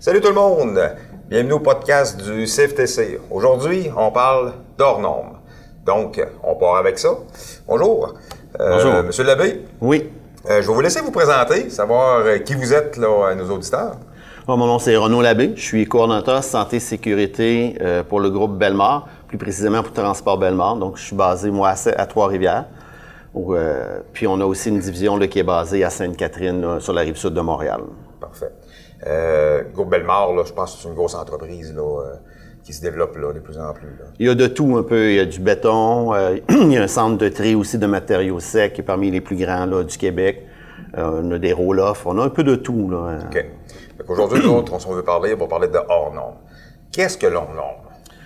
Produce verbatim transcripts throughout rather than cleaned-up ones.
Salut tout le monde! Bienvenue au podcast du C F T C. Aujourd'hui, on parle d'hors normes. Donc, on part avec ça. Bonjour. Euh, Bonjour. Monsieur Labbé. Oui. Euh, je vais vous laisser vous présenter, savoir euh, qui vous êtes, là, à nos auditeurs. Bon, mon nom, c'est Renaud Labbé. Je suis coordonnateur santé-sécurité euh, pour le groupe Bellemare, plus précisément pour Transport Bellemare. Donc, je suis basé, moi, à, à Trois-Rivières. Où, euh, puis, on a aussi une division là, qui est basée à Sainte-Catherine, là, sur la rive sud de Montréal. Parfait. Euh, groupe Bellemare, là, je pense que c'est une grosse entreprise là, euh, qui se développe là, de plus en plus. Là. Il y a de tout un peu. Il y a du béton. Euh, il y a un centre de tri aussi de matériaux secs qui est parmi les plus grands là, du Québec. Euh, on a des roll-off. On a un peu de tout. Là. OK. Aujourd'hui, nous autres, on veut parler, on va parler de hors normes. Qu'est-ce que l'hors norme?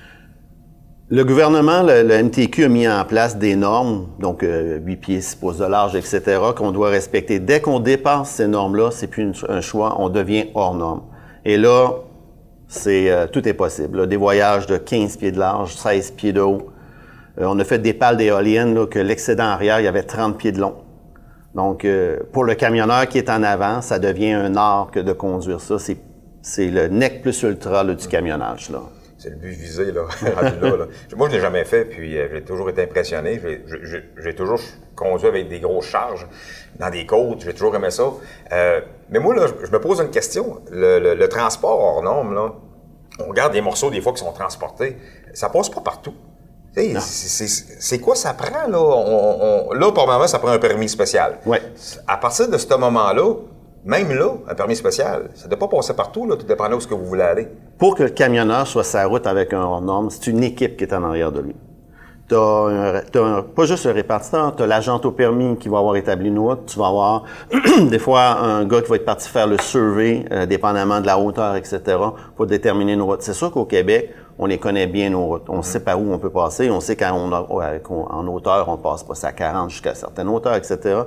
Le gouvernement, le, le M T Q, a mis en place des normes, donc euh, huit pieds, six pouces de large, et cetera, qu'on doit respecter. Dès qu'on dépasse ces normes-là, c'est plus une, un choix, on devient hors norme. Et là, c'est euh, tout est possible. Là. Des voyages de quinze pieds de large, seize pieds de haut. Euh, on a fait des pales d'éoliennes là, que l'excédent arrière, il y avait trente pieds de long. Donc, euh, pour le camionneur qui est en avant, ça devient un art que de conduire ça. C'est, c'est le nec plus ultra là, du camionnage, là. C'est le but visé, là, rendu là, là. Moi, je l'ai jamais fait, puis euh, j'ai toujours été impressionné. J'ai, j'ai, j'ai toujours conduit avec des grosses charges dans des côtes. J'ai toujours aimé ça. Euh, mais moi, là, je me pose une question. Le, le, le transport hors norme, là, on regarde des morceaux, des fois, qui sont transportés. Ça passe pas partout. C'est, c'est, c'est, c'est quoi ça prend, là? On, on, là, pour le moment, ça prend un permis spécial. Ouais. À partir de ce moment-là, même là, un permis spécial, ça ne doit pas passer partout, là, tout dépendant où ce que vous voulez aller. Pour que le camionneur soit sur la route avec un hors norme, c'est une équipe qui est en arrière de lui. Tu as pas juste le répartiteur, tu as l'agent au permis qui va avoir établi une route, tu vas avoir des fois un gars qui va être parti faire le survey, euh, dépendamment de la hauteur, et cetera, pour déterminer une route. C'est sûr qu'au Québec, on les connaît bien, nos routes. On mm-hmm. sait par où on peut passer, on sait quand on a, en hauteur, on passe pas à quarante jusqu'à certaines hauteurs, et cetera.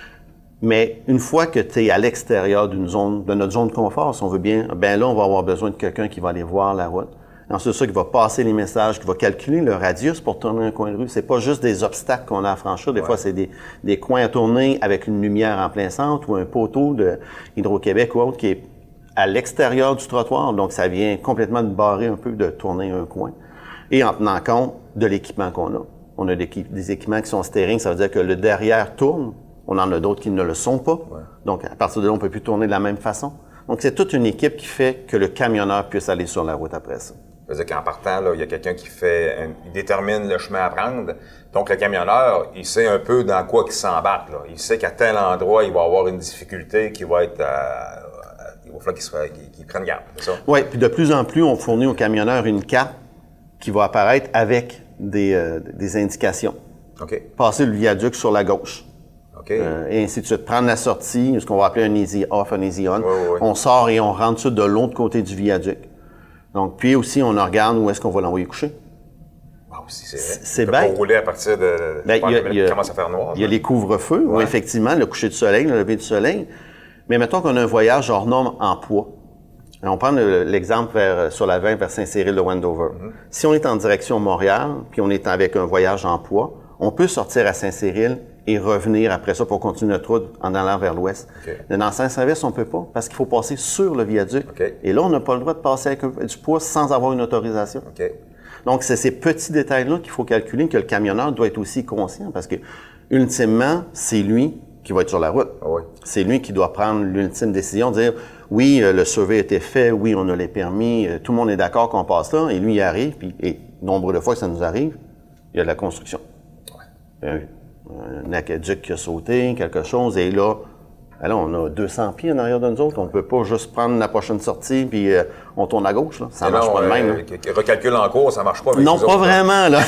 Mais une fois que tu es à l'extérieur d'une zone, de notre zone de confort, si on veut bien, ben là, on va avoir besoin de quelqu'un qui va aller voir la route. Ensuite, ça, qui va passer les messages, qui va calculer le radius pour tourner un coin de rue. C'est pas juste des obstacles qu'on a à franchir. Des ouais. fois, c'est des, des coins à tourner avec une lumière en plein centre ou un poteau de Hydro-Québec ou autre qui est à l'extérieur du trottoir. Donc, ça vient complètement de barrer un peu de tourner un coin. Et en tenant compte de l'équipement qu'on a. On a des, des équipements qui sont steering, ça veut dire que le derrière tourne. On en a d'autres qui ne le sont pas. Ouais. Donc, à partir de là, on ne peut plus tourner de la même façon. Donc, c'est toute une équipe qui fait que le camionneur puisse aller sur la route après ça. Ça veut dire qu'en partant, là, il y a quelqu'un qui fait, un, il détermine le chemin à prendre. Donc, le camionneur, il sait un peu dans quoi il s'embarque. Là. Il sait qu'à tel endroit, il va avoir une difficulté qui va être... Euh, il va falloir qu'il, soit, qu'il, qu'il prenne garde, c'est ça? Oui, puis de plus en plus, on fournit au camionneur une carte qui va apparaître avec des, euh, des indications. OK. Passer le viaduc sur la gauche. Okay. Euh, et ainsi de suite. Prendre la sortie, ce qu'on va appeler un easy off, un easy on. Oui, oui, oui. On sort et on rentre de l'autre côté du viaduc. Donc, puis aussi, on regarde où est-ce qu'on va l'envoyer coucher. Ah, aussi, c'est vrai. C'est bien. bien. Rouler à partir de... Ben, il y a, il y a, commence à faire noir. Il y a les couvre-feux, ouais. Où effectivement, le coucher du soleil, le lever du soleil. Mais mettons qu'on a un voyage hors norme en poids. On prend le, l'exemple vers, sur la vingt vers Saint-Cyril de Wendover. Mm-hmm. Si on est en direction Montréal, puis on est avec un voyage en poids, on peut sortir à Saint-Cyril et revenir après ça pour continuer notre route en allant vers l'ouest. Okay. Dans Saint-Service, on ne peut pas parce qu'il faut passer sur le viaduc. Okay. Et là, on n'a pas le droit de passer avec du poids sans avoir une autorisation. Okay. Donc, c'est ces petits détails-là qu'il faut calculer, que le camionneur doit être aussi conscient parce que, ultimement, c'est lui qui va être sur la route. Ah oui. C'est lui qui doit prendre l'ultime décision, de dire « Oui, le survey a été fait, oui, on a les permis, tout le monde est d'accord qu'on passe là. » Et lui, il arrive, puis, et nombre de fois que ça nous arrive, il y a de la construction. Ouais. Euh, un aqueduc qui a sauté, quelque chose, et là, là, on a deux cents pieds en arrière de nous autres, on ne peut pas juste prendre la prochaine sortie, puis euh, on tourne à gauche, là. Ça ne marche non, pas de même. Euh, recalcule en cours, ça ne marche pas avec Non, pas autres, vraiment, là.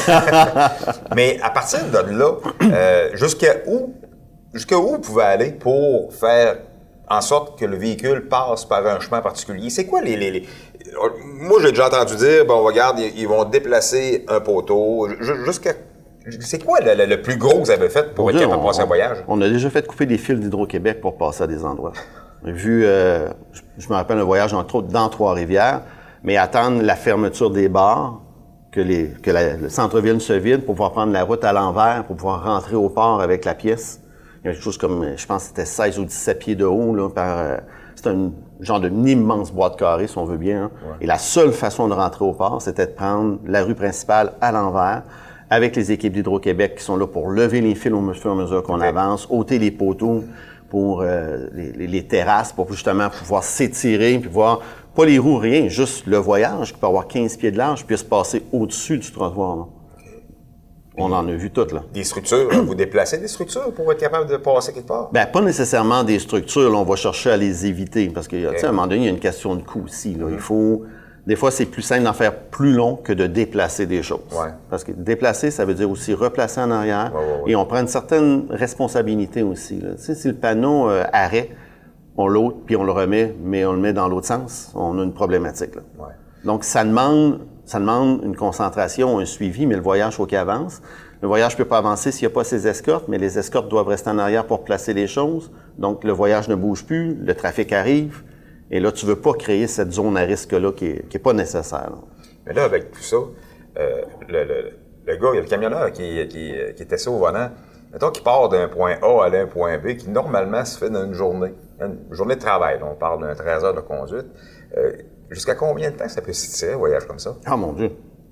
Mais à partir de là, euh, jusqu'à où, jusqu'à où vous pouvez aller pour faire en sorte que le véhicule passe par un chemin particulier? C'est quoi les... les, les... Moi, j'ai déjà entendu dire, bon, regarde, ils, ils vont déplacer un poteau, jusqu'à... C'est quoi le, le, le plus gros que vous avez fait pour être capable de passer un voyage? On a déjà fait couper des fils d'Hydro-Québec pour passer à des endroits. On a vu, euh, je, je me rappelle un voyage entre autres dans Trois-Rivières, mais attendre la fermeture des bars, que, les, que la, le centre-ville se vide pour pouvoir prendre la route à l'envers, pour pouvoir rentrer au port avec la pièce. Il y a quelque chose comme, je pense que c'était seize ou dix-sept pieds de haut là, par, c'était un genre d'une immense boîte carrée, si on veut bien. Hein. Ouais. Et la seule façon de rentrer au port, c'était de prendre la rue principale à l'envers, avec les équipes d'Hydro-Québec qui sont là pour lever les fils au fur et à mesure qu'on okay. avance, ôter les poteaux pour euh, les, les, les terrasses, pour justement pouvoir s'étirer, puis voir, pas les roues, rien, juste le voyage qui peut avoir quinze pieds de large, puis se passer au-dessus du trottoir. Là. On en a vu toutes, là. Des structures, vous déplacez des structures pour être capable de passer quelque part? Bien, pas nécessairement des structures, là, on va chercher à les éviter, parce que, okay. tu sais, à un moment donné, il y a une question de coût aussi, là. Mm-hmm. Il faut... Des fois, c'est plus simple d'en faire plus long que de déplacer des choses. Ouais. Parce que déplacer, ça veut dire aussi replacer en arrière. Ouais, ouais, ouais. Et on prend une certaine responsabilité aussi. Là. Tu sais, si le panneau euh, arrêt, on l'ôte, puis on le remet, mais on le met dans l'autre sens, on a une problématique. Là. Ouais. Donc, ça demande, ça demande une concentration, un suivi, mais le voyage, il faut qu'il avance. Le voyage ne peut pas avancer s'il n'y a pas ces escortes, mais les escortes doivent rester en arrière pour placer les choses. Donc, le voyage ne bouge plus, le trafic arrive. Et là, tu veux pas créer cette zone à risque-là qui est, qui est pas nécessaire. Là. Mais là, avec tout ça, euh, le, le, le gars, il y a le camionneur qui, qui, qui est assis au volant, mettons qu'il part d'un point A à un point B, qui normalement se fait dans une journée, une journée de travail. Là, on parle d'un treize heures de conduite. Euh, jusqu'à combien de temps ça peut s'étirer, un voyage comme ça? Ah, mon Dieu!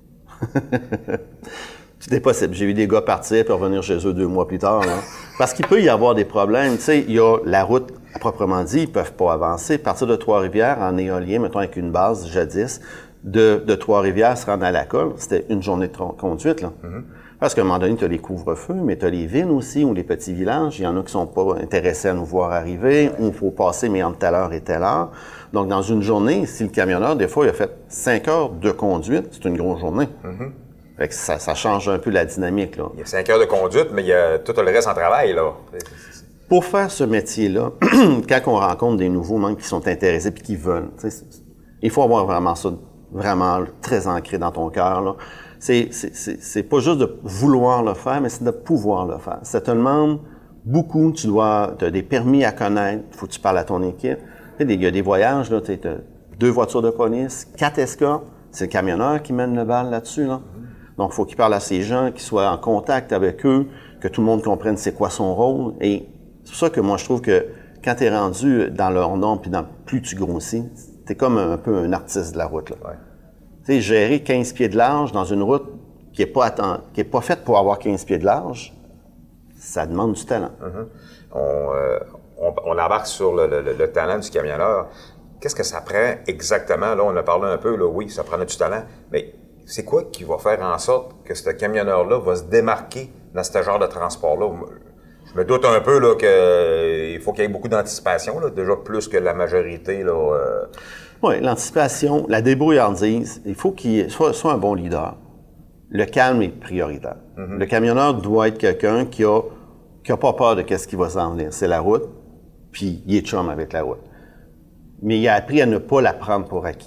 C'était possible. J'ai vu des gars partir puis revenir chez eux deux mois plus tard. Là. Parce qu'il peut y avoir des problèmes. Tu sais, il y a la route, proprement dit, ils peuvent pas avancer. Partir de Trois-Rivières en éolien, mettons avec une base jadis, de, de Trois-Rivières se rendre à la colle, c'était une journée de conduite. Là. Mm-hmm. Parce qu'à un moment donné, tu as les couvre-feux, mais tu as les villes aussi, ou les petits villages. Il y en a qui sont pas intéressés à nous voir arriver, où il faut passer, mais entre telle heure et telle heure. Donc, dans une journée, si le camionneur, des fois, il a fait cinq heures de conduite, c'est une grosse journée. Mm-hmm. Fait que ça, ça change un peu la dynamique, là. Il y a cinq heures de conduite, mais il y a tout le reste en travail, là. Pour faire ce métier-là, quand on rencontre des nouveaux membres qui sont intéressés et qui veulent, il faut avoir vraiment ça, vraiment très ancré dans ton cœur, là. C'est, c'est, c'est, c'est pas juste de vouloir le faire, mais c'est de pouvoir le faire. Ça te demande beaucoup, tu dois, tu as des permis à connaître, il faut que tu parles à ton équipe. Tu sais, il y a des voyages, là, tu as deux voitures de police, quatre escortes, c'est le camionneur qui mène le bal là-dessus, là. Donc, il faut qu'il parle à ces gens, qu'il soit en contact avec eux, que tout le monde comprenne c'est quoi son rôle. Et c'est pour ça que moi, je trouve que quand tu es rendu dans leur nom, puis dans plus tu grossis, tu es comme un peu un artiste de la route. Là. Ouais. Tu sais, gérer quinze pieds de large dans une route qui n'est pas, atten- qui est pas faite pour avoir quinze pieds de large, ça demande du talent. Mm-hmm. On, euh, on, on embarque sur le, le, le talent du camionneur. Qu'est-ce que ça prend exactement? Là, on a parlé un peu, là, oui, ça prend du talent, mais c'est quoi qui va faire en sorte que ce camionneur-là va se démarquer dans ce genre de transport-là? Je me doute un peu là, qu'il faut qu'il y ait beaucoup d'anticipation, là, déjà plus que la majorité. Là, euh... Oui, l'anticipation, la débrouillardise, il faut qu'il soit, soit un bon leader. Le calme est prioritaire. Mm-hmm. Le camionneur doit être quelqu'un qui a, qui a pas peur de ce qui va s'en venir. C'est la route, puis il est chum avec la route. Mais il a appris à ne pas la prendre pour acquis.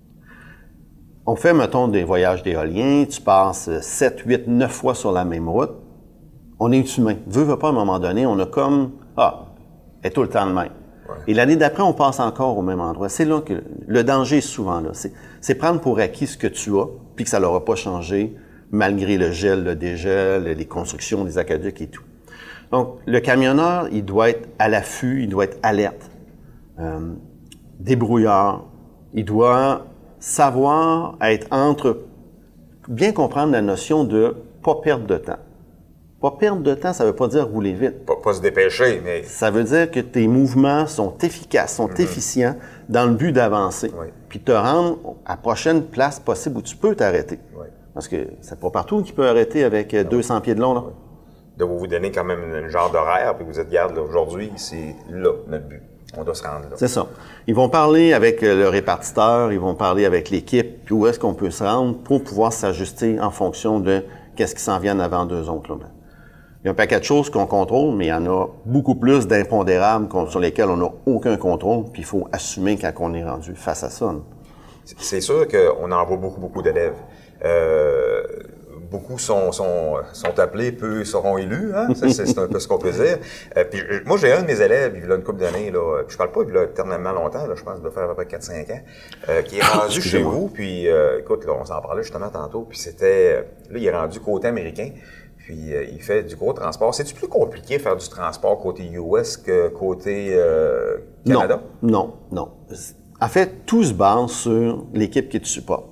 On fait, mettons, des voyages d'éolien, tu passes sept, huit, neuf fois sur la même route. On est humain. Veux, veux pas, à un moment donné, on a comme, ah, est tout le temps le même. Ouais. Et l'année d'après, on passe encore au même endroit. C'est là que le danger est souvent là. C'est, c'est prendre pour acquis ce que tu as, puis que ça n'aura pas changé, malgré le gel, le dégel, les constructions, les aqueducs et tout. Donc, le camionneur, il doit être à l'affût, il doit être alerte, euh, débrouillard, il doit savoir être entre... Bien comprendre la notion de pas perdre de temps. Pas perdre de temps, ça veut pas dire rouler vite. Pas, pas se dépêcher, mais... Ça veut dire que tes mouvements sont efficaces, sont mm-hmm. efficients dans le but d'avancer. Oui. Puis te rendre à la prochaine place possible où tu peux t'arrêter. Oui. Parce que c'est pas partout qu'il peut arrêter avec non. deux cents pieds de long, là. Oui. De vous donner quand même un genre d'horaire, puis vous êtes, garde, aujourd'hui, c'est là notre but. On doit se rendre là. C'est ça. Ils vont parler avec le répartiteur, ils vont parler avec l'équipe, puis où est-ce qu'on peut se rendre pour pouvoir s'ajuster en fonction de qu'est-ce qui s'en vient avant d'eux autres. Là. Il y a un paquet de choses qu'on contrôle, mais il y en a beaucoup plus d'impondérables sur lesquels on n'a aucun contrôle, puis il faut assumer quand on est rendu face à ça. C'est sûr qu'on en voit beaucoup, beaucoup d'élèves. Euh, beaucoup sont, sont, sont appelés, peu seront élus, hein? C'est, c'est un peu ce qu'on peut dire. Euh, puis, moi, j'ai un de mes élèves, il a une couple d'années, là, puis je parle pas il a éternellement longtemps, là, je pense qu'il doit faire à peu près quatre cinq ans, euh, qui est rendu chez vous, puis euh, écoute, là, on s'en parlait justement tantôt, puis c'était, là, il est rendu côté américain, Puis euh, il fait du gros transport. C'est-tu plus compliqué de faire du transport côté U S que côté euh, Canada? Non, non, non. En fait, tout se base sur l'équipe qui te supporte.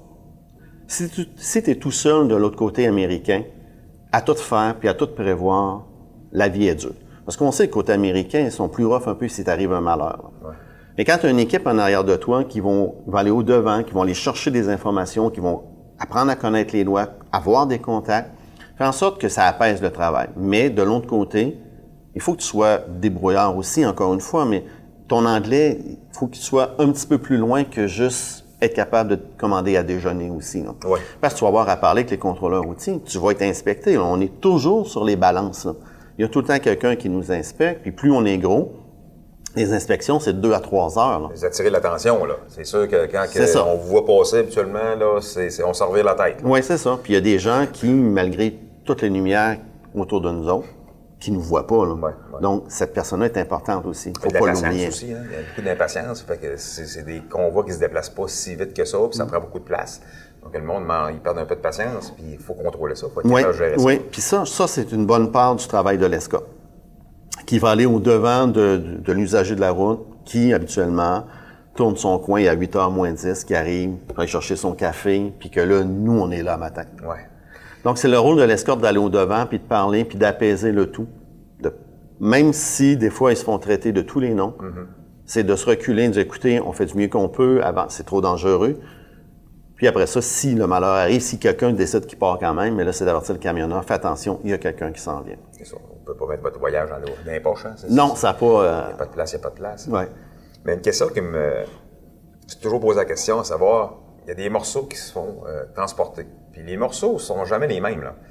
Si tu si es tout seul de l'autre côté américain, à tout faire puis à tout prévoir, la vie est dure. Parce qu'on sait que côté américain, ils sont plus rough un peu si t'arrive un malheur. Ouais. Mais quand tu as une équipe en arrière de toi qui vont, vont aller au-devant, qui vont aller chercher des informations, qui vont apprendre à connaître les lois, avoir des contacts, faire en sorte que ça apaise le travail. Mais de l'autre côté, il faut que tu sois débrouillard aussi, encore une fois, mais ton anglais, il faut qu'il soit un petit peu plus loin que juste être capable de te commander à déjeuner aussi. Là. Ouais. Parce que tu vas avoir à parler avec les contrôleurs routiers, tu vas être inspecté. Là. On est toujours sur les balances. Là. Il y a tout le temps quelqu'un qui nous inspecte, puis plus on est gros, les inspections, c'est de deux à trois heures. Là. Vous attirez l'attention, là. C'est sûr que quand que on vous voit passer habituellement, là, c'est, c'est, on s'en revient la tête. Oui, c'est ça. Puis il y a des gens qui, malgré toutes les lumières autour de nous autres, qui ne nous voient pas. Là. Ouais, ouais. Donc, cette personne-là est importante aussi. Il ne faut pas l'oublier. Aussi, hein? Il y a beaucoup d'impatience. Fait que c'est, c'est des convois qui ne se déplacent pas si vite que ça, puis ça mm. prend beaucoup de place. Donc, le monde, il perd un peu de patience, puis il faut contrôler ça. Il faut être oui, capable de gérer ça. Oui, puis ça, ça, c'est une bonne part du travail de l'E S C A, qui va aller au-devant de, de, de l'usager de la route, qui, habituellement, tourne son coin à huit heures moins dix, qui arrive, va aller chercher son café, puis que là, nous, on est là matin. Ouais. Donc, c'est le rôle de l'escorte d'aller au-devant, puis de parler, puis d'apaiser le tout. De, même si, des fois, ils se font traiter de tous les noms, mm-hmm. c'est de se reculer et de dire, écoutez, on fait du mieux qu'on peut, avant, c'est trop dangereux. Puis après ça, si le malheur arrive, si quelqu'un décide qu'il part quand même, mais là, c'est d'avertir le camionneur, fais attention, il y a quelqu'un qui s'en vient. C'est ça. On ne peut pas mettre votre voyage dans les poches, hein? Non, ça n'a pas... Euh... Il n'y a pas de place, il n'y a pas de place. Oui. Mais une question qui me... J'ai toujours posé la question, à savoir, il y a des morceaux qui se font euh, transporter. Puis les morceaux ne sont jamais les mêmes, là.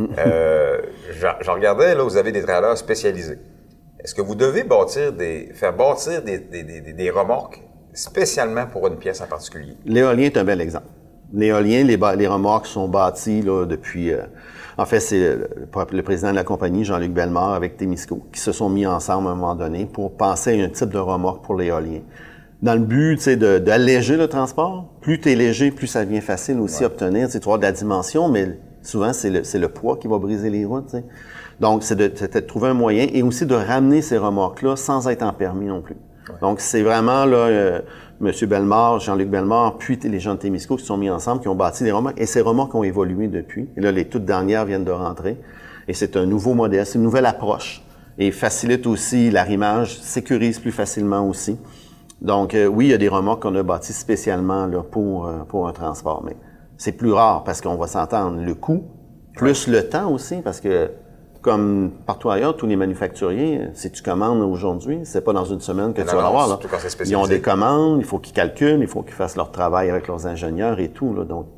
euh, j'en regardais, là, vous avez des trailers spécialisés. Est-ce que vous devez bâtir des... faire bâtir des, des, des, des remorques spécialement pour une pièce en particulier? L'éolien est un bel exemple. L'éolien, les, les remorques sont bâties là, depuis... Euh, en fait, c'est le, le président de la compagnie, Jean-Luc Bellemare, avec Témisco, qui se sont mis ensemble à un moment donné pour penser à un type de remorque pour l'éolien. Dans le but, tu sais, de, d'alléger le transport. Plus tu es léger, plus ça devient facile aussi à obtenir. Tu sais, tu vois de la dimension, mais souvent, c'est le, c'est le poids qui va briser les routes. Tu sais. Donc, c'est de, c'est de trouver un moyen et aussi de ramener ces remorques-là sans être en permis non plus. Ouais. Donc, c'est vraiment, là... Euh, M. Bellemare, Jean-Luc Bellemare, puis les gens de Témisco qui se sont mis ensemble, qui ont bâti des remorques. Et ces remorques ont évolué depuis. Et là, les toutes dernières viennent de rentrer. Et c'est un nouveau modèle, c'est une nouvelle approche. Et facilite aussi l'arrimage, sécurise plus facilement aussi. Donc, euh, oui, il y a des remorques qu'on a bâties spécialement là, pour, euh, pour un transport. Mais c'est plus rare parce qu'on va s'entendre le coût, plus le temps aussi, parce que comme partout ailleurs, tous les manufacturiers, si tu commandes aujourd'hui, c'est pas dans une semaine que non, tu vas l'avoir. Là. Ils ont des commandes, il faut qu'ils calculent, il faut qu'ils fassent leur travail avec leurs ingénieurs et tout. Là. Donc,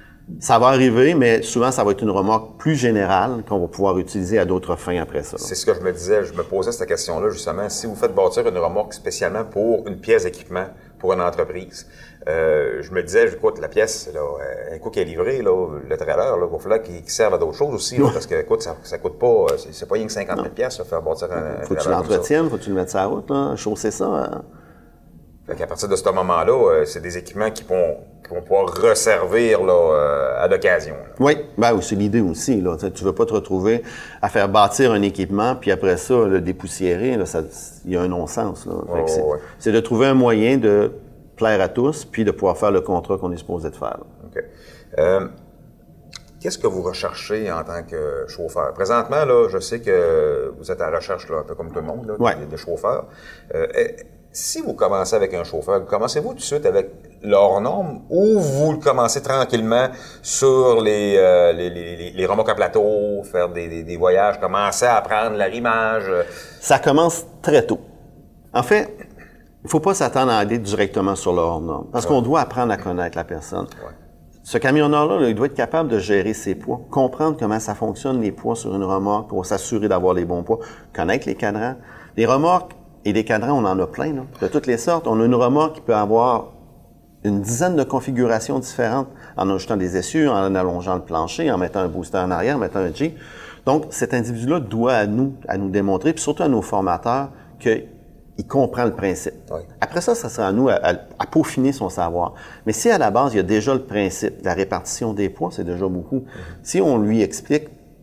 ça va arriver, mais souvent, ça va être une remorque plus générale qu'on va pouvoir utiliser à d'autres fins après ça. Là. C'est ce que je me disais, je me posais cette question-là, justement. Si vous faites bâtir une remorque spécialement pour une pièce d'équipement pour une entreprise, euh, je me disais, écoute, la pièce, là, un coup qu'elle est livrée, là, le trailer, là, il va falloir qu'il serve à d'autres choses aussi, là, parce que, écoute, ça, ça coûte pas, c'est, c'est pas rien que cinquante mille pièces, faire bâtir un, faut un trailer. Faut que tu l'entretiennes, faut que tu le mettes sur la route, là, chausser ça. Hein. Fait qu'à partir de ce moment-là, euh, c'est des équipements qui vont, qui vont pouvoir resservir là, euh, à l'occasion. Là. Oui, ben, c'est l'idée aussi. Là. Tu ne veux pas te retrouver à faire bâtir un équipement, puis après ça, le dépoussiérer, il y a un non-sens. Là. Fait oh, c'est, ouais. c'est de trouver un moyen de plaire à tous, puis de pouvoir faire le contrat qu'on est supposé de faire. Là. OK. Euh, qu'est-ce que vous recherchez en tant que chauffeur? Présentement, là, je sais que vous êtes à la recherche, là, un peu comme tout le monde, là, ouais. de, de chauffeurs. Euh, Si vous commencez avec un chauffeur, commencez-vous tout de suite avec l'hors norme ou vous commencez tranquillement sur les, euh, les, les, les remorques à plateau, faire des, des, des voyages, commencer à apprendre l'arrimage? Ça commence très tôt. En fait, il ne faut pas s'attendre à aller directement sur le hors norme parce ouais. qu'on doit apprendre à connaître la personne. Ouais. Ce camionneur-là, là, il doit être capable de gérer ses poids, comprendre comment ça fonctionne les poids sur une remorque pour s'assurer d'avoir les bons poids, connaître les cadrans. Les remorques et des cadrans, on en a plein, là, de toutes les sortes. On a une remorque qui peut avoir une dizaine de configurations différentes en ajoutant des essieux, en allongeant le plancher, en mettant un booster en arrière, en mettant un G. Donc, cet individu-là doit à nous, à nous démontrer, puis surtout à nos formateurs, qu'il comprend le principe. Oui. Après ça, ça sera à nous à, à, à peaufiner son savoir. Mais si à la base, il y a déjà le principe de la répartition des poids, c'est déjà beaucoup. Mm-hmm. Si on lui explique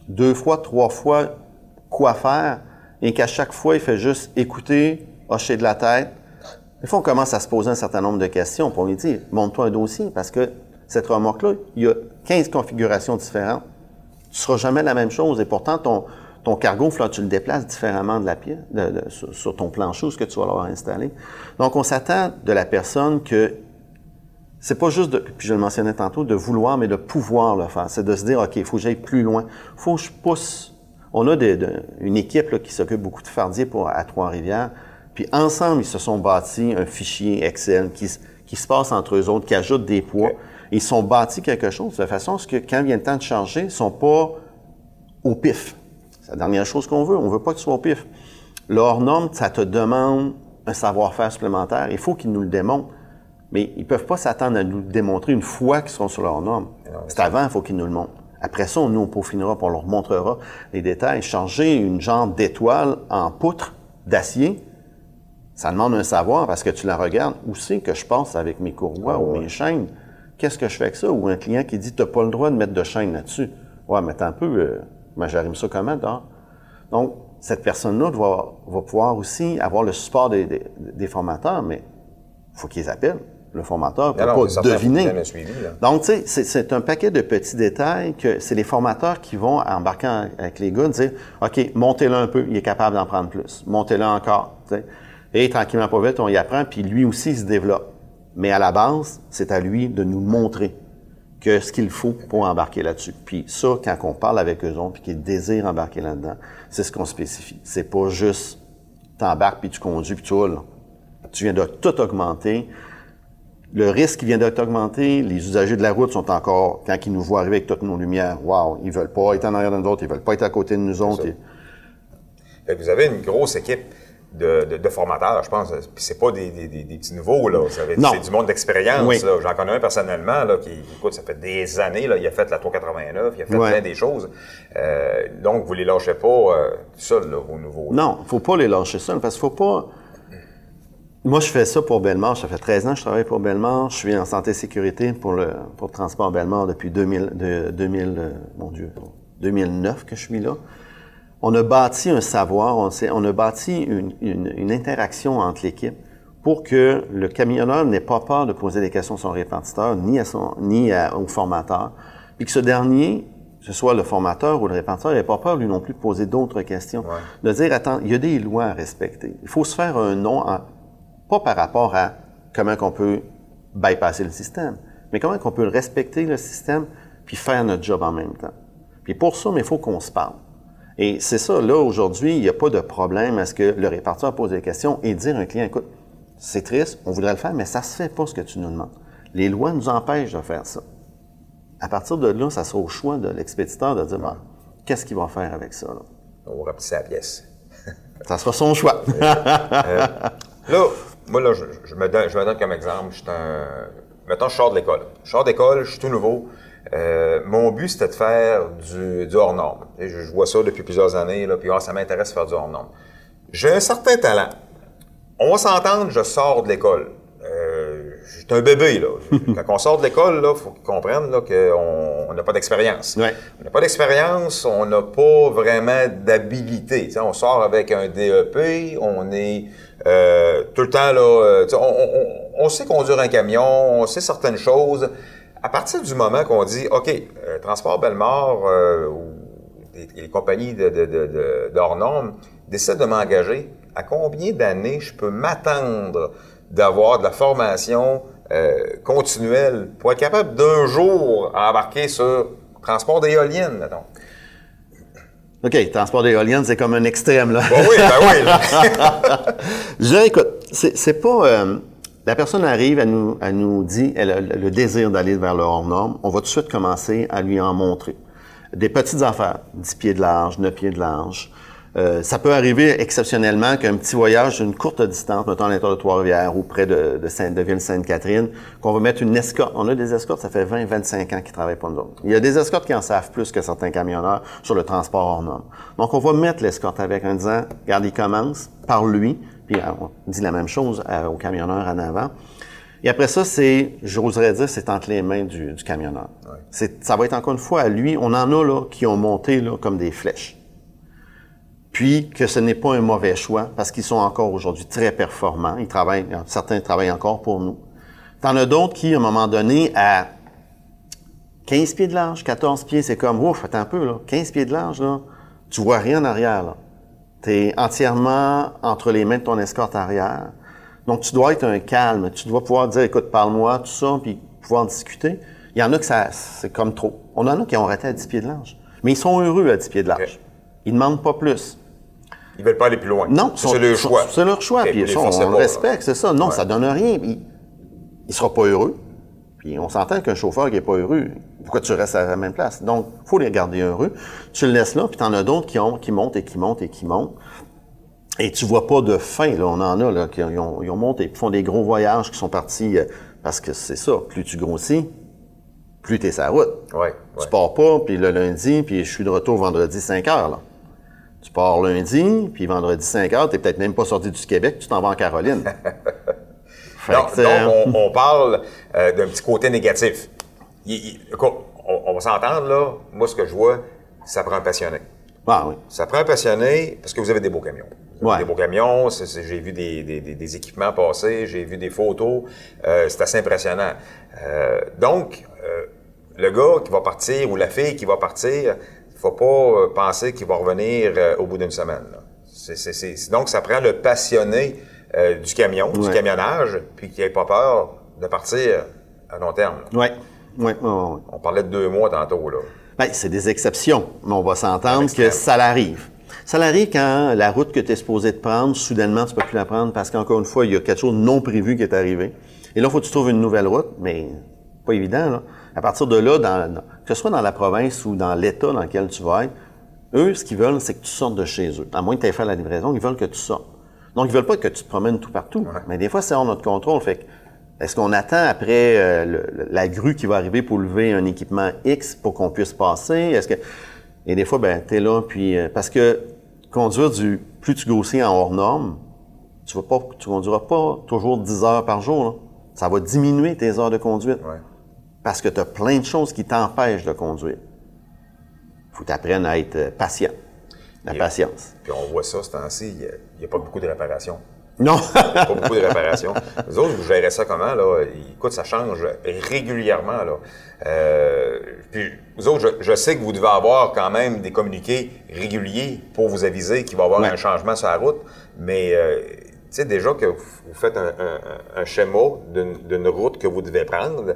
deux fois, trois fois quoi faire et qu'à chaque fois, il fait juste écouter, hocher de la tête. Des fois, on commence à se poser un certain nombre de questions. Puis on lui dit, montre-toi un dossier parce que cette remorque-là, il y a quinze configurations différentes. Tu ne seras jamais la même chose et pourtant, ton, ton cargo, là, tu le déplaces différemment de la pièce, de, de, sur, sur ton plancher, ce que tu vas l'avoir installé. Donc, on s'attend de la personne que c'est pas juste, de, puis je le mentionnais tantôt, de vouloir, mais de pouvoir le faire. C'est de se dire, OK, il faut que j'aille plus loin. Il faut que je pousse. On a des, de, une équipe là, qui s'occupe beaucoup de fardiers pour, à Trois-Rivières. Puis ensemble, ils se sont bâtis un fichier Excel qui, qui se passe entre eux autres, qui ajoute des poids. Okay. Ils sont bâtis quelque chose de façon à ce que quand vient le temps de charger, ils ne sont pas au pif. C'est la dernière chose qu'on veut. On ne veut pas qu'ils soient au pif. Le hors-norme, ça te demande un savoir-faire supplémentaire. Il faut qu'ils nous le démontrent. Mais ils ne peuvent pas s'attendre à nous le démontrer une fois qu'ils seront sur leur norme. C'est avant, il faut qu'ils nous le montrent. Après ça, nous, on peaufinera, on leur montrera les détails. Changer une jambe d'étoile en poutre d'acier, ça demande un savoir parce que tu la regardes. Où c'est que je passe avec mes courroies oh, ou mes ouais. chaînes? Qu'est-ce que je fais avec ça? Ou un client qui dit, tu n'as pas le droit de mettre de chaîne là-dessus. Ouais, mais attends un peu, euh, moi, j'arrive ça comment, dehors? Donc, cette personne-là va, va pouvoir aussi avoir le support des, des, des formateurs, mais il faut qu'ils appellent. Le formateur ne peut pas deviner. Suivi, donc, tu sais, c'est, c'est un paquet de petits détails que c'est les formateurs qui vont embarquer avec les gars, dire « OK, montez-le un peu, il est capable d'en prendre plus. Montez-le encore. » Et tranquillement, pas vite, on y apprend, puis lui aussi, il se développe. Mais à la base, c'est à lui de nous montrer que ce qu'il faut pour embarquer là-dessus. Puis ça, quand on parle avec eux autres, puis qu'ils désirent embarquer là-dedans, c'est ce qu'on spécifie. C'est pas juste « t'embarques, puis tu conduis, puis tu roules. » Tu viens de tout augmenter. Le risque vient d'être augmenté. Les usagers de la route sont encore, quand ils nous voient arriver avec toutes nos lumières, wow, ils veulent pas être en arrière de nous autres, ils veulent pas être à côté de nous autres. Et... Vous avez une grosse équipe de, de, de formateurs, je pense. Puis c'est pas des, des, des, des petits nouveaux, là. C'est du monde d'expérience, oui. là. J'en connais un personnellement, là, qui, écoute, ça fait des années, là. Il a fait la Tour quatre-vingt-neuf, il a fait ouais. plein des choses. Euh, donc, vous les lâchez pas euh, seuls, là, vos nouveaux. Là. Non, faut pas les lâcher seuls, parce qu'il faut pas. Moi, je fais ça pour Bellemare. Ça fait treize ans que je travaille pour Bellemare. Je suis en santé et sécurité pour le, pour le transport Bellemare depuis deux mille, de, deux mille, euh, mon Dieu, deux mille neuf que je suis là. On a bâti un savoir, on, on a bâti une, une, une interaction entre l'équipe pour que le camionneur n'ait pas peur de poser des questions à son répartiteur, ni, à son, ni à, au formateur, puis que ce dernier, que ce soit le formateur ou le répartiteur, n'ait pas peur, lui non plus, de poser d'autres questions. Ouais. De dire, attends, il y a des lois à respecter. Il faut se faire un nom en... Pas par rapport à comment on peut bypasser le système, mais comment on peut respecter le système puis faire notre job en même temps. Puis pour ça, il faut qu'on se parle. Et c'est ça, là, aujourd'hui, il n'y a pas de problème à ce que le répartiteur pose des questions et dire à un client, écoute, c'est triste, on voudrait le faire, mais ça ne se fait pas ce que tu nous demandes. Les lois nous empêchent de faire ça. À partir de là, ça sera au choix de l'expéditeur de dire, bon, qu'est-ce qu'il va faire avec ça? Là? On va rapetisser la pièce. Ça sera son choix. euh, là, moi, là, je, je, me donne, je me donne comme exemple, je suis un... Mettons, je sors de l'école. Je sors d'école, je suis tout nouveau. Euh, mon but, c'était de faire du, du hors-norme. Je, je vois ça depuis plusieurs années, là, puis oh, ça m'intéresse de faire du hors-norme. J'ai un certain talent. On va s'entendre, je sors de l'école. Euh, je suis un bébé, là. Quand on sort de l'école, il faut qu'ils comprennent là, qu'on n'a pas d'expérience. Ouais. On n'a pas d'expérience, on n'a pas vraiment d'habilité. T'sais, on sort avec un D E P, on est euh, tout le temps là. Euh, on, on, on sait conduire un camion, on sait certaines choses. À partir du moment qu'on dit, OK, euh, Transport Bellemare euh, ou les, les compagnies de, de, de, de, de hors normes décident de m'engager, à combien d'années je peux m'attendre d'avoir de la formation euh, continuelle pour être capable d'un jour embarquer sur transport d'éoliennes, mettons? OK, transport d'éoliennes, c'est comme un extrême, là. Ben oui, ben oui. Je dirais, écoute, c'est, c'est pas... Euh, la personne arrive, elle nous, elle nous dit, elle a le désir d'aller vers le hors-norme. On va tout de suite commencer à lui en montrer. Des petites affaires, dix pieds de large, neuf pieds de large. Euh, ça peut arriver exceptionnellement qu'un petit voyage d'une courte distance, mettons à l'intérieur de Trois-Rivières ou près de, de, Sainte, de Ville-Sainte-Catherine, qu'on va mettre une escorte. On a des escortes, ça fait vingt à vingt-cinq ans qu'ils travaillent pour nous autres. Il y a des escortes qui en savent plus que certains camionneurs sur le transport hors norme. Donc, on va mettre l'escorte avec en disant, regarde, il commence par lui, puis on dit la même chose aux camionneurs en avant. Et après ça, c'est, j'oserais dire, c'est entre les mains du, du camionneur. Ouais. C'est, ça va être encore une fois à lui. On en a là qui ont monté là, comme des flèches. Puis que ce n'est pas un mauvais choix parce qu'ils sont encore aujourd'hui très performants. Ils travaillent, certains travaillent encore pour nous. T'en as d'autres qui, à un moment donné, à quinze pieds de large, quatorze pieds, c'est comme, ouf, attends un peu, là, quinze pieds de large, là, tu vois rien en arrière, là. T'es entièrement entre les mains de ton escorte arrière. Donc, tu dois être un calme. Tu dois pouvoir dire, écoute, parle-moi, tout ça, puis pouvoir discuter. Il y en a que ça, c'est comme trop. On en a qui ont arrêté à dix pieds de large. Mais ils sont heureux à dix pieds de large. Okay. Ils ne demandent pas plus. Ils veulent pas aller plus loin. Non, c'est sont, leur choix. C'est leur choix, okay, puis ça, on, on le respecte, c'est ça. Non, ouais. Ça donne rien. Il ne sera pas heureux. Puis on s'entend qu'un chauffeur qui n'est pas heureux, pourquoi tu restes à la même place? Donc, il faut les garder heureux. Tu le laisses là, puis tu en as d'autres qui, ont, qui montent et qui montent et qui montent. Et tu vois pas de fin, là. On en a, là, qui ont, ils ont monté, qui font des gros voyages, qui sont partis, euh, parce que c'est ça, plus tu grossis, plus tu es sur la route. Ouais, ouais. Tu pars pas, puis le lundi, puis je suis de retour vendredi cinq heures, là. Tu pars lundi, puis vendredi cinq heures, tu n'es peut-être même pas sorti du Québec, tu t'en vas en Caroline. donc, donc on, on parle euh, d'un petit côté négatif. Il, il, écoute, on, on va s'entendre, là. Moi, ce que je vois, ça prend un passionné. Ah oui. Ça prend un passionné parce que vous avez des beaux camions. Vous avez ouais. des beaux camions, c'est, c'est, j'ai vu des, des, des, des équipements passer, j'ai vu des photos, euh, c'est assez impressionnant. Euh, donc, euh, le gars qui va partir ou la fille qui va partir, il ne faut pas penser qu'il va revenir euh, au bout d'une semaine. Là. C'est, c'est, c'est, donc, ça prend le passionné euh, du camion, ouais. du camionnage, puis qui n'ait pas peur de partir à long terme. Oui. Ouais, ouais, ouais. On parlait de deux mois tantôt, là. Bien, c'est des exceptions, mais on va s'entendre que ça l'arrive. Ça l'arrive quand la route que tu es supposé de prendre, soudainement, tu peux plus la prendre parce qu'encore une fois, il y a quelque chose de non prévu qui est arrivé. Et là, il faut que tu trouves une nouvelle route, mais pas évident, là. À partir de là, dans, dans, que ce soit dans la province ou dans l'État dans lequel tu vas être, eux, ce qu'ils veulent, c'est que tu sortes de chez eux. À moins que tu aies fait la livraison, ils veulent que tu sortes. Donc, ils veulent pas que tu te promènes tout partout. Ouais. Mais des fois, c'est hors notre contrôle. Fait que, est-ce qu'on attend après euh, le, la grue qui va arriver pour lever un équipement X pour qu'on puisse passer? Est-ce que et des fois, ben t'es là, puis euh, parce que conduire du plus tu grossis en hors norme, tu vas pas, tu conduiras pas toujours dix heures par jour. Là. Ça va diminuer tes heures de conduite ouais. parce que tu as plein de choses qui t'empêchent de conduire. Faut que tu apprennes à être patient, la et, patience. Puis on voit ça ce temps-ci, il n'y a, a pas beaucoup de réparations. Non. Pas beaucoup de réparations. Vous autres, vous gérez ça comment, là? Écoute, ça change régulièrement, là. Euh, puis, vous autres, je, je sais que vous devez avoir quand même des communiqués réguliers pour vous aviser qu'il va y avoir ouais. un changement sur la route, mais, euh, tu sais, déjà que vous faites un, un, un schéma d'une, d'une route que vous devez prendre,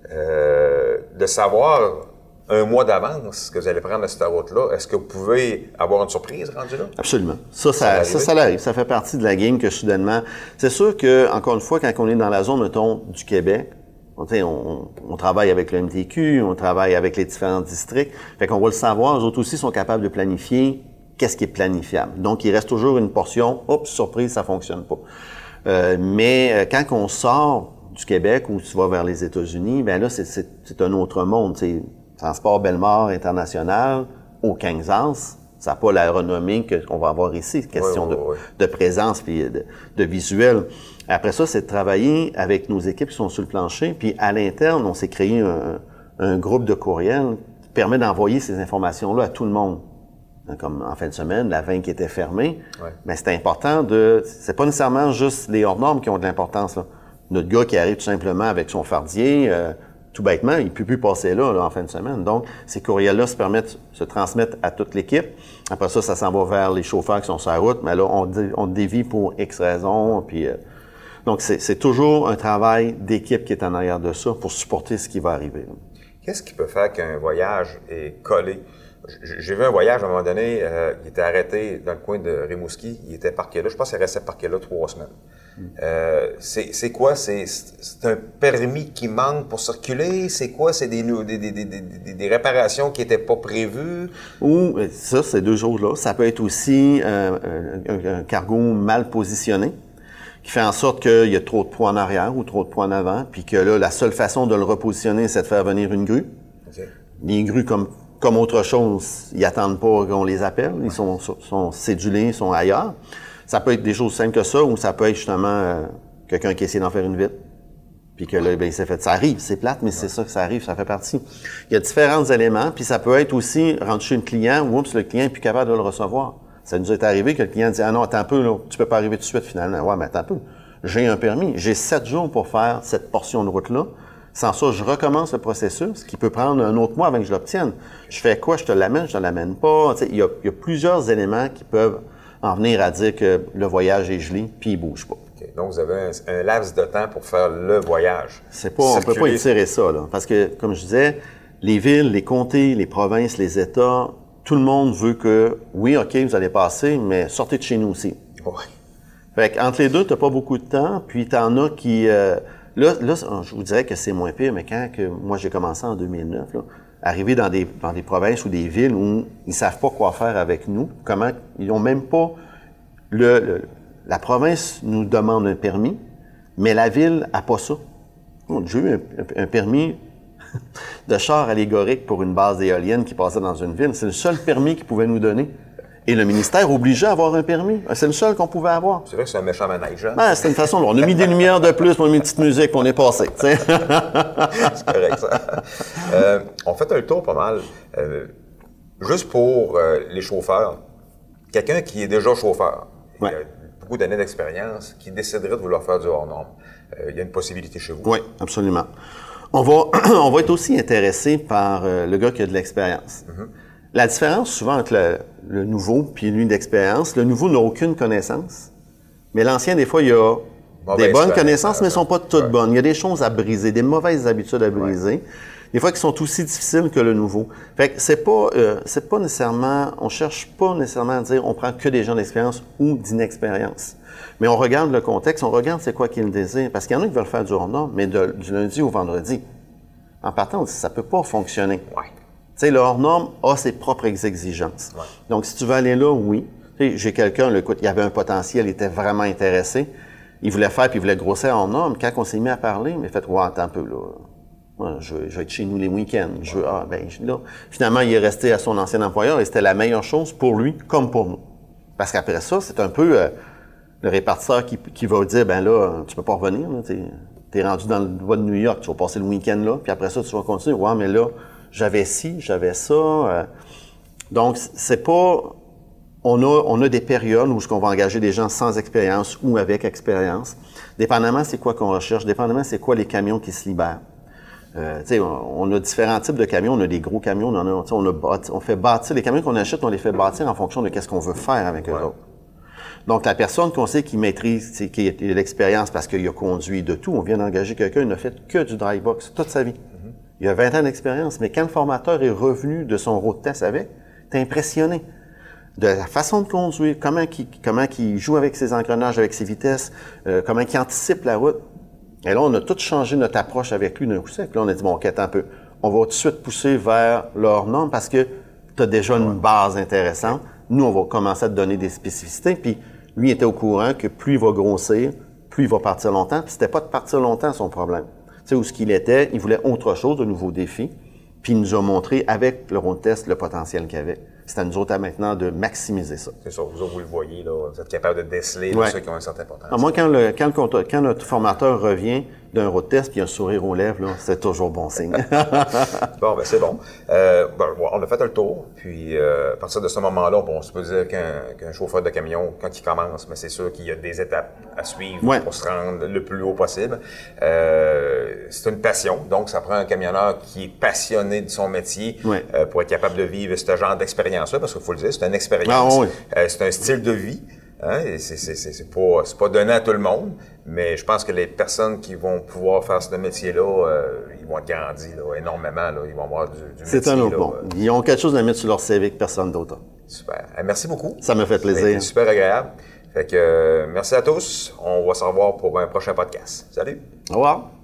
euh, de savoir un mois d'avance que vous allez prendre cette route-là, est-ce que vous pouvez avoir une surprise rendue là? Absolument. Ça, ça, ça, ça l'arrive. Ça fait partie de la game que soudainement... C'est sûr que, encore une fois, quand on est dans la zone, mettons, du Québec, on, on, on travaille avec le M T Q, on travaille avec les différents districts, fait qu'on va le savoir, eux autres aussi sont capables de planifier qu'est-ce qui est planifiable. Donc, il reste toujours une portion, oups, surprise, ça fonctionne pas. Euh, mais quand on sort du Québec ou tu vas vers les États-Unis, ben là, c'est, c'est, c'est un autre monde, c'est Transport Bellemare International au Kansas, ça n'a pas la renommée qu'on va avoir ici, question oui, oui, oui. De, de présence puis de, de visuel. Après ça, c'est de travailler avec nos équipes qui sont sur le plancher, puis à l'interne, on s'est créé un, un groupe de courriel qui permet d'envoyer ces informations-là à tout le monde. Comme en fin de semaine, la vingt qui était fermée, oui. Mais c'est important de... C'est pas nécessairement juste les hors-normes qui ont de l'importance, là. Notre gars qui arrive tout simplement avec son fardier... Euh, tout bêtement, il ne peut plus passer là, là en fin de semaine. Donc, ces courriels-là se permettent de se transmettre à toute l'équipe. Après ça, ça s'en va vers les chauffeurs qui sont sur la route, mais là, on, dé, on dévie pour X raisons. Puis, euh, donc, c'est, c'est toujours un travail d'équipe qui est en arrière de ça pour supporter ce qui va arriver. Qu'est-ce qui peut faire qu'un voyage est collé? J'ai vu un voyage, à un moment donné, euh, il était arrêté dans le coin de Rimouski. Il était parqué là. Je pense qu'il restait parqué là trois semaines. Mm. Euh, c'est, c'est quoi? C'est, c'est un permis qui manque pour circuler? C'est quoi? C'est des, des, des, des, des, des réparations qui n'étaient pas prévues? Ou, ça, c'est deux choses-là. Ça peut être aussi euh, un, un cargo mal positionné qui fait en sorte qu'il y a trop de poids en arrière ou trop de poids en avant, puis que là, la seule façon de le repositionner, c'est de faire venir une grue. Okay. Les grues, comme Comme autre chose, ils attendent pas qu'on les appelle. Ils sont, sont cédulés, ils sont ailleurs. Ça peut être des choses simples que ça, ou ça peut être justement euh, quelqu'un qui essaie d'en faire une vitre. Puis que là, ben, il s'est fait, ça arrive, c'est plate, mais ouais. c'est ça que ça arrive, ça fait partie. Il y a différents éléments, puis ça peut être aussi, rendu chez un client, oups, le client n'est plus capable de le recevoir. Ça nous est arrivé que le client dit, ah non, attends un peu, là, tu peux pas arriver tout de suite finalement. Ouais, mais attends un peu. J'ai un permis, j'ai sept jours pour faire cette portion de route-là. Sans ça, je recommence le processus, qui peut prendre un autre mois avant que je l'obtienne. Je fais quoi? Je te l'amène, je te l'amène pas. Tu sais, il y a, il y a plusieurs éléments qui peuvent en venir à dire que le voyage est gelé, puis il bouge pas. Okay. Donc, vous avez un, un laps de temps pour faire le voyage. C'est pas, on peut pas étirer ça, là. Parce que, comme je disais, les villes, les comtés, les provinces, les États, tout le monde veut que, oui, OK, vous allez passer, mais sortez de chez nous aussi. Oui. Fait qu'entre les deux, t'as pas beaucoup de temps, puis t'en as qui... Euh, là, là, je vous dirais que c'est moins pire, mais quand que moi j'ai commencé en deux mille neuf, là, arriver dans des, dans des provinces ou des villes où ils savent pas quoi faire avec nous, comment... Ils ont même pas... Le, le La province nous demande un permis, mais la ville n'a pas ça. J'ai eu un, un permis de char allégorique pour une base d'éoliennes qui passait dans une ville. C'est le seul permis qu'ils pouvaient nous donner. Et le ministère obligeait à avoir un permis. C'est le seul qu'on pouvait avoir. C'est vrai que c'est un méchant manège. Hein? Ben, c'est une façon. On a mis des lumières de plus, on a mis une petite musique, puis on est passé. C'est correct, ça. Euh, on fait un tour pas mal. Euh, juste pour euh, les chauffeurs, quelqu'un qui est déjà chauffeur, ouais. beaucoup d'années d'expérience, qui déciderait de vouloir faire du hors-norme. Euh, il y a une possibilité chez vous? Oui, absolument. On va, on va être aussi intéressé par euh, le gars qui a de l'expérience. Mm-hmm. La différence souvent entre le, le nouveau puis lui d'expérience, le nouveau n'a aucune connaissance, mais l'ancien, des fois, il y a mauvaise des bonnes connaissances, mais elles ne sont pas toutes ouais. bonnes. Il y a des choses à briser, des mauvaises habitudes à briser. Ouais. Des fois qui sont aussi difficiles que le nouveau. Fait que c'est pas, euh, c'est pas nécessairement, on cherche pas nécessairement à dire on prend que des gens d'expérience ou d'inexpérience. Mais on regarde le contexte, on regarde c'est quoi qu'ils désirent. Parce qu'il y en a qui veulent faire du hors-norme, mais de, du lundi au vendredi. En partant, on dit ça peut pas fonctionner. Ouais. Tu sais, le hors-norme a ses propres exigences. Ouais. Donc, si tu veux aller là, oui. Tu sais, j'ai quelqu'un, là, écoute, il avait un potentiel, il était vraiment intéressé. Il voulait faire, puis il voulait grossir en hors-norme. Quand on s'est mis à parler, il m'a fait, ouais, attends un peu, là. Ouais, je, je vais être chez nous les week-ends. Je, ah, ben, là. Finalement, il est resté à son ancien employeur et c'était la meilleure chose pour lui comme pour nous. Parce qu'après ça, c'est un peu euh, le répartisseur qui, qui va dire, ben là, tu peux pas revenir, là, t'es, t'es rendu dans le bois de New York, tu vas passer le week-end là, puis après ça, tu vas continuer. Ouais, mais là, j'avais ci, j'avais ça. Euh. Donc, c'est pas... On a, on a des périodes où on va engager des gens sans expérience ou avec expérience. Dépendamment c'est quoi qu'on recherche, dépendamment c'est quoi les camions qui se libèrent. Euh, on, on a différents types de camions, on a des gros camions, on, en a, on, a bâti, on fait bâtir, les camions qu'on achète, on les fait bâtir en fonction de qu'est-ce qu'on veut faire avec ouais. eux autres. Donc, la personne qu'on sait qui maîtrise, qui a de l'expérience parce qu'il a conduit de tout, on vient d'engager quelqu'un, il n'a fait que du dry box toute sa vie. Mm-hmm. Il a vingt ans d'expérience, mais quand le formateur est revenu de son road test avec, t'es impressionné de la façon de conduire, comment il, comment il joue avec ses engrenages, avec ses vitesses, euh, comment il anticipe la route. Et là, on a tout changé notre approche avec lui d'un coup sec. Là, on a dit, bon, OK, attends un peu. On va tout de suite pousser vers leur norme parce que tu as déjà une base intéressante. Nous, on va commencer à te donner des spécificités. Puis, lui était au courant que plus il va grossir, plus il va partir longtemps. Puis, c'était pas de partir longtemps son problème. Tu sais, où ce qu'il était, il voulait autre chose, de nouveaux défis. Puis, il nous a montré, avec le road test, le potentiel qu'il avait. C'est à nous autres maintenant de maximiser ça. C'est ça, vous autres, vous le voyez, là, vous êtes capable de déceler ouais. ceux qui ont un certain potentiel. Alors moi, quand, le, quand, le, quand notre formateur revient d'un road test puis un sourire aux lèvres, là, c'est toujours bon signe. Bon, ben c'est bon. Euh, ben, on a fait le tour, puis euh, à partir de ce moment-là, bon, on se peut dire qu'un, qu'un chauffeur de camion, quand il commence, mais c'est sûr qu'il y a des étapes à suivre ouais. pour se rendre le plus haut possible. Euh, c'est une passion, donc ça prend un camionneur qui est passionné de son métier ouais. euh, pour être capable de vivre ce genre d'expérience-là, parce qu'il faut le dire, c'est une expérience, ah, oui. euh, c'est un style de vie. Hein, et c'est, c'est, c'est, c'est pas, c'est pas donné à tout le monde, mais je pense que les personnes qui vont pouvoir faire ce métier-là, euh, ils vont être grandis là, énormément. Là, ils vont avoir du, du c'est métier. C'est un autre là, bon. Euh... Ils ont quelque chose à mettre sur leur C V que personne d'autre. Super. Euh, merci beaucoup. Ça me fait plaisir. C'était super agréable. Fait que, euh, merci à tous. On va se revoir pour un prochain podcast. Salut. Au revoir.